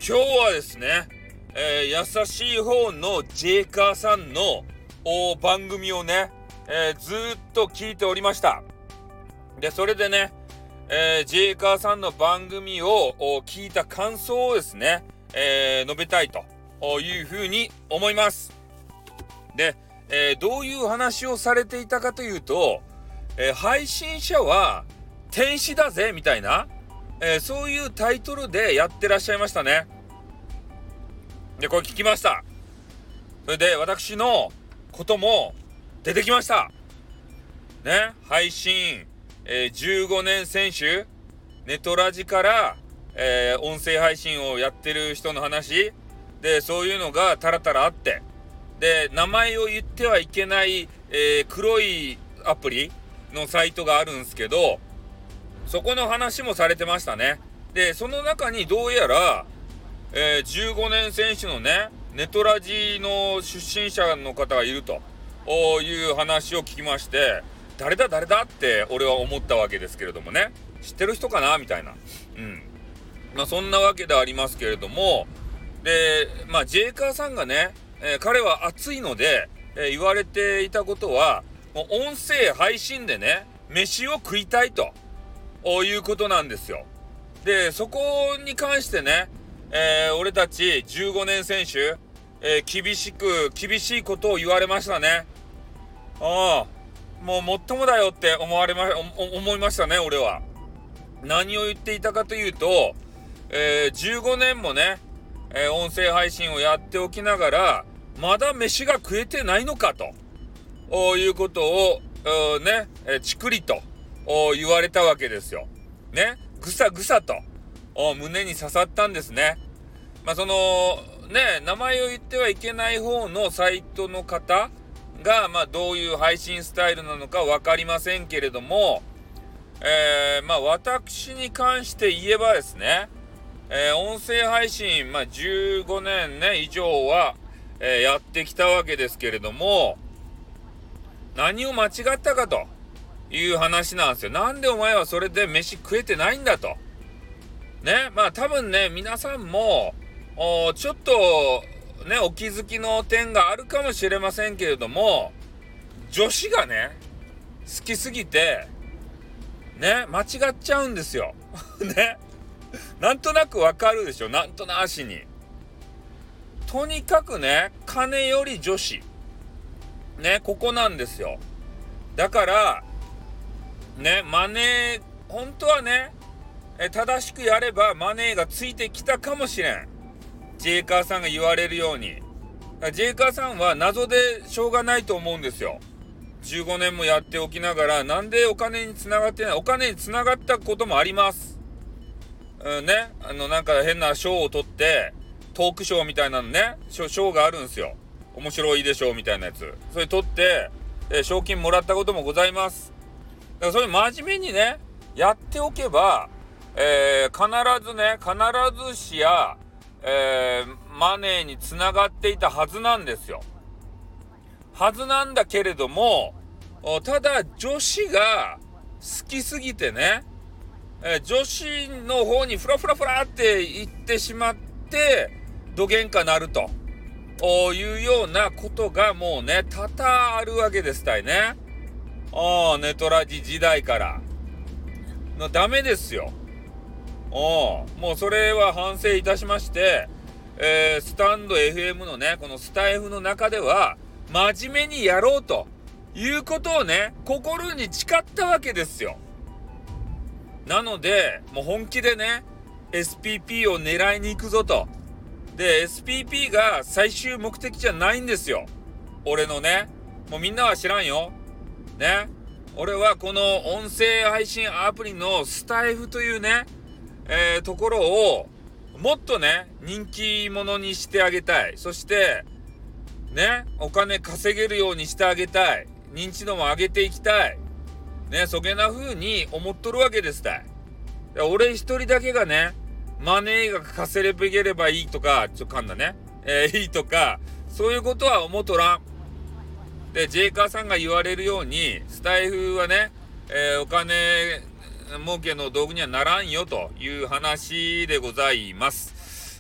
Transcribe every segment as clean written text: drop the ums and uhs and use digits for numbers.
今日はですね、優しい方のジェイカーさんの番組をね、ずーっと聞いておりました。で、それでね、ジェイカーさんの番組を聞いた感想をですね、述べたいというふうに思います。で、どういう話をされていたかというと、配信者は天使だぜみたいな、そういうタイトルでやってらっしゃいましたね。で、これ聞きました。それで私のことも出てきました。ね、配信、15年選手、ネトラジから、音声配信をやってる人の話で、そういうのがタラタラあって、で、名前を言ってはいけない、黒いアプリのサイトがあるんですけど、そこの話もされてましたね。で、その中にどうやら、15年選手のね、ネトラジの出身者の方がいるという話を聞きまして、誰だって俺は思ったわけですけれどもね、知ってる人かなみたいな。まあそんなわけでありますけれども、で、まあジェイカーさんがね、彼は熱いので、言われていたことは、もう音声配信でね、飯を食いたいということなんですよ。で、そこに関してね、俺たち15年選手、厳しいことを言われましたね。もうもっともだよって思いましたね、俺は。何を言っていたかというと、15年もね、音声配信をやっておきながら、まだ飯が食えてないのかということを、ね、ちくりと言われたわけですよ。ね、ぐさぐさと胸に刺さったんですね。まあそのね、名前を言ってはいけない方のサイトの方が、まあどういう配信スタイルなのか分かりませんけれども、まあ私に関して言えばですね、音声配信、まあ15年ね、以上は、やってきたわけですけれども、何を間違ったかという話なんですよ。なんでお前はそれで飯食えてないんだと。ね、まあ多分ね、皆さんも、ちょっとね、お気づきの点があるかもしれませんけれども、女子がね、好きすぎて、ね、間違っちゃうんですよ。ね。なんとなくわかるでしょ、なんとなしに。とにかくね、金より女子。ね、ここなんですよ。だから、ね、マネー、本当はね、正しくやればマネーがついてきたかもしれん。ジェイカーさんが言われるように。ジェイカーさんは謎でしょうがないと思うんですよ。15年もやっておきながら、なんでお金につながってない？お金につながったこともあります。ね、なんか変な賞を取って、トークショーみたいなのね、賞があるんですよ。面白いでしょうみたいなやつ。それ取って、賞金もらったこともございます。だからそれ真面目にね、やっておけば、必ずしや、マネーにつながっていたはずなんですよ。はずなんだけれども、ただ女子が好きすぎてね、女子の方にフラって行ってしまって、どげんかなるというようなことがもうね、多々あるわけですたいね。ネトラジ時代から。ダメですよ。もうそれは反省いたしまして、スタンド FM のね、このスタイフの中では、真面目にやろうということをね、心に誓ったわけですよ。なので、もう本気でね、SPP を狙いに行くぞと。で、SPP が最終目的じゃないんですよ。俺のね。もうみんなは知らんよ。ね。俺はこの音声配信アプリのスタイフというね、ところをもっとね、人気者にしてあげたい。そして、ね、お金稼げるようにしてあげたい。認知度も上げていきたい。ね、そげな風に思っとるわけですたい。俺一人だけがね、マネーが稼げればいいとか、噛んだね。いいとか、そういうことは思っとらん。で、ジェイカーさんが言われるように、スタイフはね、お金儲けの道具にはならんよという話でございます。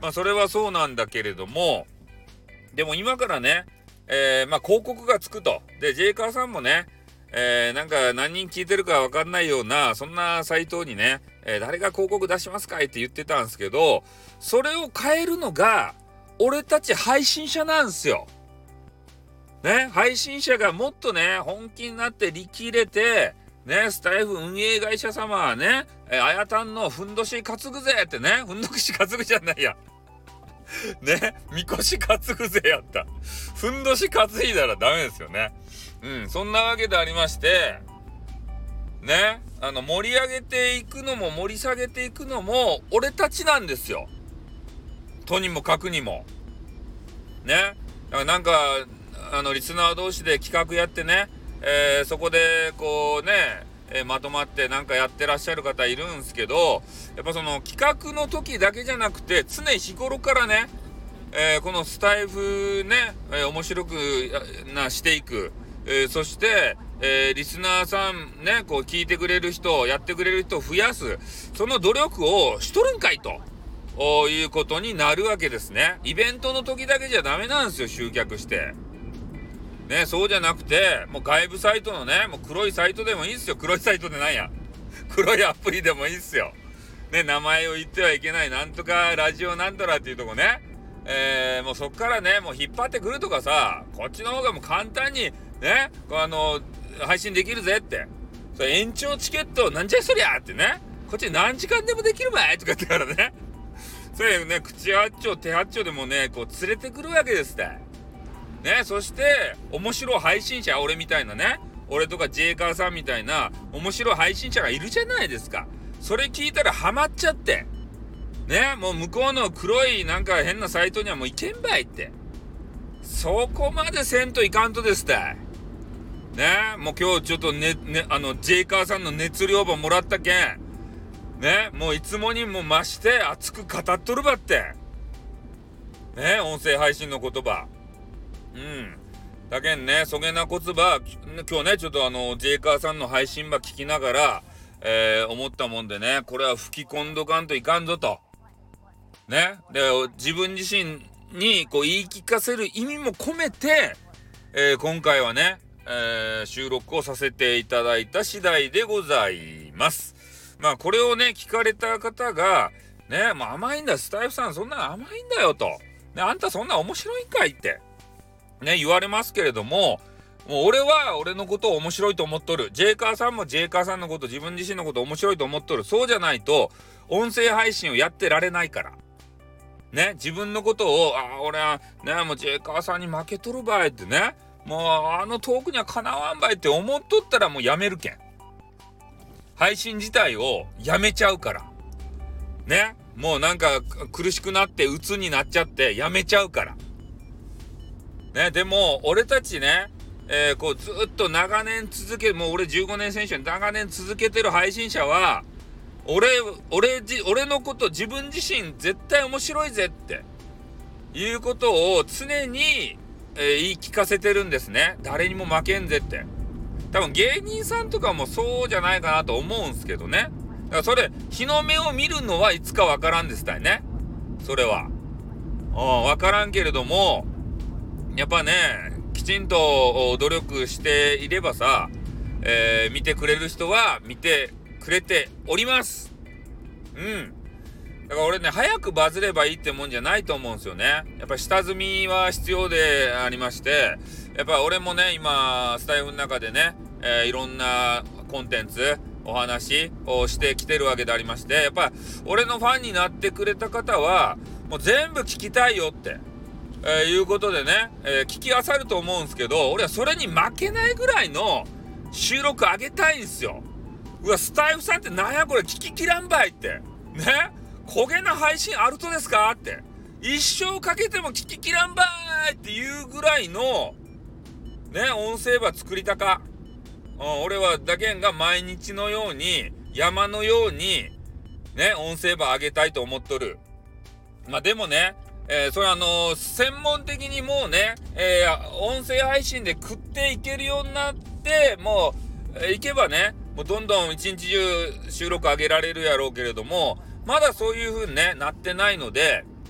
それはそうなんだけれども、でも今からね、広告がつくと。で、ジェイカーさんもね、なんか何人聞いてるかわかんないような、そんなサイトにね、誰が広告出しますかいって言ってたんですけど、それを変えるのが、俺たち配信者なんですよ。ね、配信者がもっとね、本気になって力入れて、ね、スタイフ運営会社様はね、あやたんのふんどし担ぐぜってね、ふんどし担ぐじゃないや。ね、みこし担ぐぜやった。ふんどし担いだらダメですよね。そんなわけでありまして、ね、盛り上げていくのも盛り下げていくのも、俺たちなんですよ。とにもかくにも。ね、なんか、リスナー同士で企画やってね、そこでこうね、まとまってなんかやってらっしゃる方いるんですけど、やっぱその企画の時だけじゃなくて常日頃からね、このスタイフね、面白くしていく、そして、リスナーさんね、こう聞いてくれる人、やってくれる人を増やす、その努力をしとるんかいということになるわけですね。イベントの時だけじゃダメなんですよ、集客してね。そうじゃなくて、もう外部サイトのね、もう黒いサイトでもいいっすよ。黒いサイトでなんや、黒いアプリでもいいっすよね。名前を言ってはいけないなんとかラジオなんとらっていうとこね、もうそっからね、もう引っ張ってくるとかさ、こっちの方がもう簡単にね、配信できるぜって、それ延長チケットなんじゃそりゃってね、こっち何時間でもできるばいとかってからね、それね、口八丁手八丁でもね、こう連れてくるわけですってね。そして面白い配信者、俺みたいなね、俺とかジェイカーさんみたいな面白い配信者がいるじゃないですか。それ聞いたらハマっちゃってね、もう向こうの黒いなんか変なサイトにはもう行けんばいって、そこまでせんといかんとですたいね。もう今日ちょっとジェイカーさんの熱量ばもらったけんね、もういつもにも増して熱く語っとるばってね、音声配信の言葉。だけんね、そげなこつば今日ね、ちょっとジェイカーさんの配信ば聞きながら、思ったもんでね、これは吹き込んどかんといかんぞとね。で、自分自身にこう言い聞かせる意味も込めて、今回はね、収録をさせていただいた次第でございます。これをね聞かれた方がね、もう甘いんだ、スタイフさんそんな甘いんだよと、ね、あんたそんな面白いんかいってね言われますけれども、もう俺は俺のことを面白いと思っとる。ジェイカーさんもジェイカーさんのこと、自分自身のこと面白いと思っとる。そうじゃないと音声配信をやってられないからね。自分のことを俺はね、もうジェイカーさんに負けとるばいってね、もうトークにはかなわんばいって思っとったらもうやめるけん。配信自体をやめちゃうからね。もうなんか苦しくなって鬱になっちゃってやめちゃうからね。でも俺たちね、こうずっと長年続ける、もう俺15年選手に長年続けてる配信者は、俺のこと自分自身絶対面白いぜっていうことを常に、言い聞かせてるんですね。誰にも負けんぜって。多分芸人さんとかもそうじゃないかなと思うんすけどね。だからそれ日の目を見るのはいつかわからんですたいね。それはわからんけれども、やっぱねきちんと努力していればさ、見てくれる人は見てくれております。だから俺ね、早くバズればいいってもんじゃないと思うんですよね。やっぱ下積みは必要でありまして、やっぱ俺もね今スタイフの中でね、いろんなコンテンツお話をしてきてるわけでありまして、やっぱ俺のファンになってくれた方はもう全部聞きたいよって、いうことでね、聞き漁ると思うんですけど、俺はそれに負けないぐらいの収録上げたいんですよ。うわ、スタイフさんってなんやこれ、聞ききらんばいってね、焦げな配信あるとですかって、一生かけても聞ききらんばいっていうぐらいのね音声場作りたか。俺はだけんが毎日のように山のようにね音声場上げたいと思っとる。でもね、それ専門的にもうね、音声配信で食っていけるようになってもう、いけばねもうどんどん一日中収録上げられるやろうけれども、まだそういう風にねなってないので、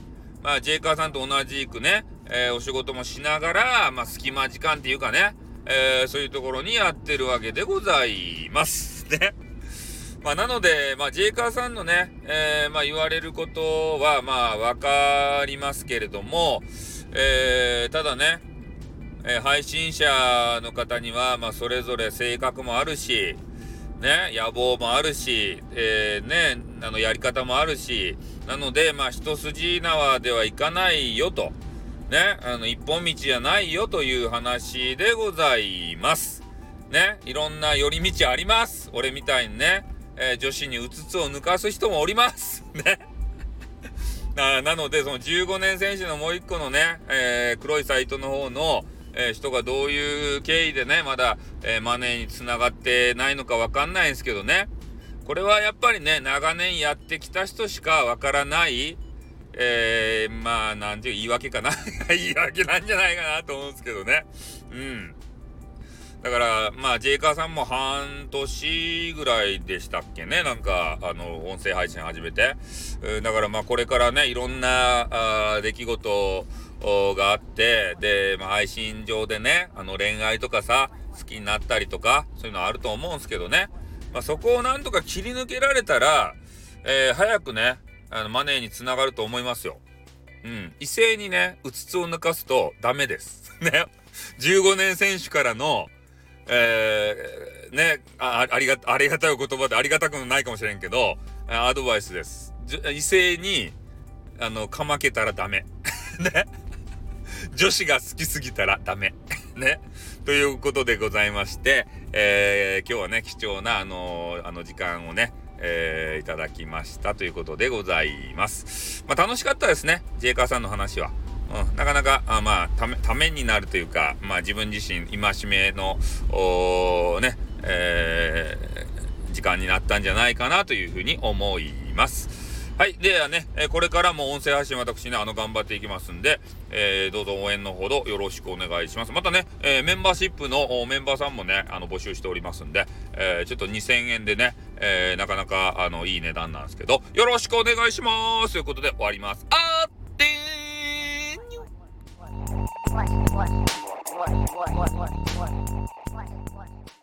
まあ、ジェイカーさんと同じくね、お仕事もしながら、まあ、隙間時間っていうかね、そういうところにやってるわけでございます。ね。まあ、なので、まあ、ジェイカーさんのね、まあ、言われることは、まあ、わかりますけれども、ただね、配信者の方には、まあ、それぞれ性格もあるし、ね、野望もあるし、ね、やり方もあるし、なので、まあ、一筋縄ではいかないよと、ね、一本道じゃないよという話でございます。ね、いろんな寄り道あります。俺みたいにね、女子にうつつを抜かす人もおります。ね。なので、その15年選手のもう一個のね、黒いサイトの方の、人がどういう経緯でね、まだ、マネーにつながってないのかわかんないんですけどね。これはやっぱりね、長年やってきた人しかわからない、まあ、なんていう言い訳かな。言い訳なんじゃないかなと思うんですけどね。うん。だから、まあ、ジェイカーさんも半年ぐらいでしたっけね。なんか、音声配信始めて。だから、まあ、これからね、いろんな、出来事があって、で、まあ、配信上でね、恋愛とかさ、好きになったりとか、そういうのあると思うんですけどね。まあ、そこをなんとか切り抜けられたら、早くね、マネーにつながると思いますよ。うん。異性にね、うつつを抜かすとダメです。ね。15年選手からの、ね、ありがたいお言葉でありがたくもないかもしれんけど、アドバイスです。異性に、かまけたらダメ。ね。女子が好きすぎたらダメ。ね。ということでございまして、今日はね、貴重な、時間をね、いただきましたということでございます。まあ、楽しかったですね。ジェイカーさんの話は。なかなか、まあ、ためになるというか、まあ、自分自身、戒めの、ね、時間になったんじゃないかなというふうに思います。はい。ではね、これからも音声配信私ね、頑張っていきますんで、どうぞ応援のほどよろしくお願いします。またね、メンバーシップのメンバーさんもね、募集しておりますんで、ちょっと2000円でね、なかなか、いい値段なんですけど、よろしくお願いします。ということで終わります。あーってーん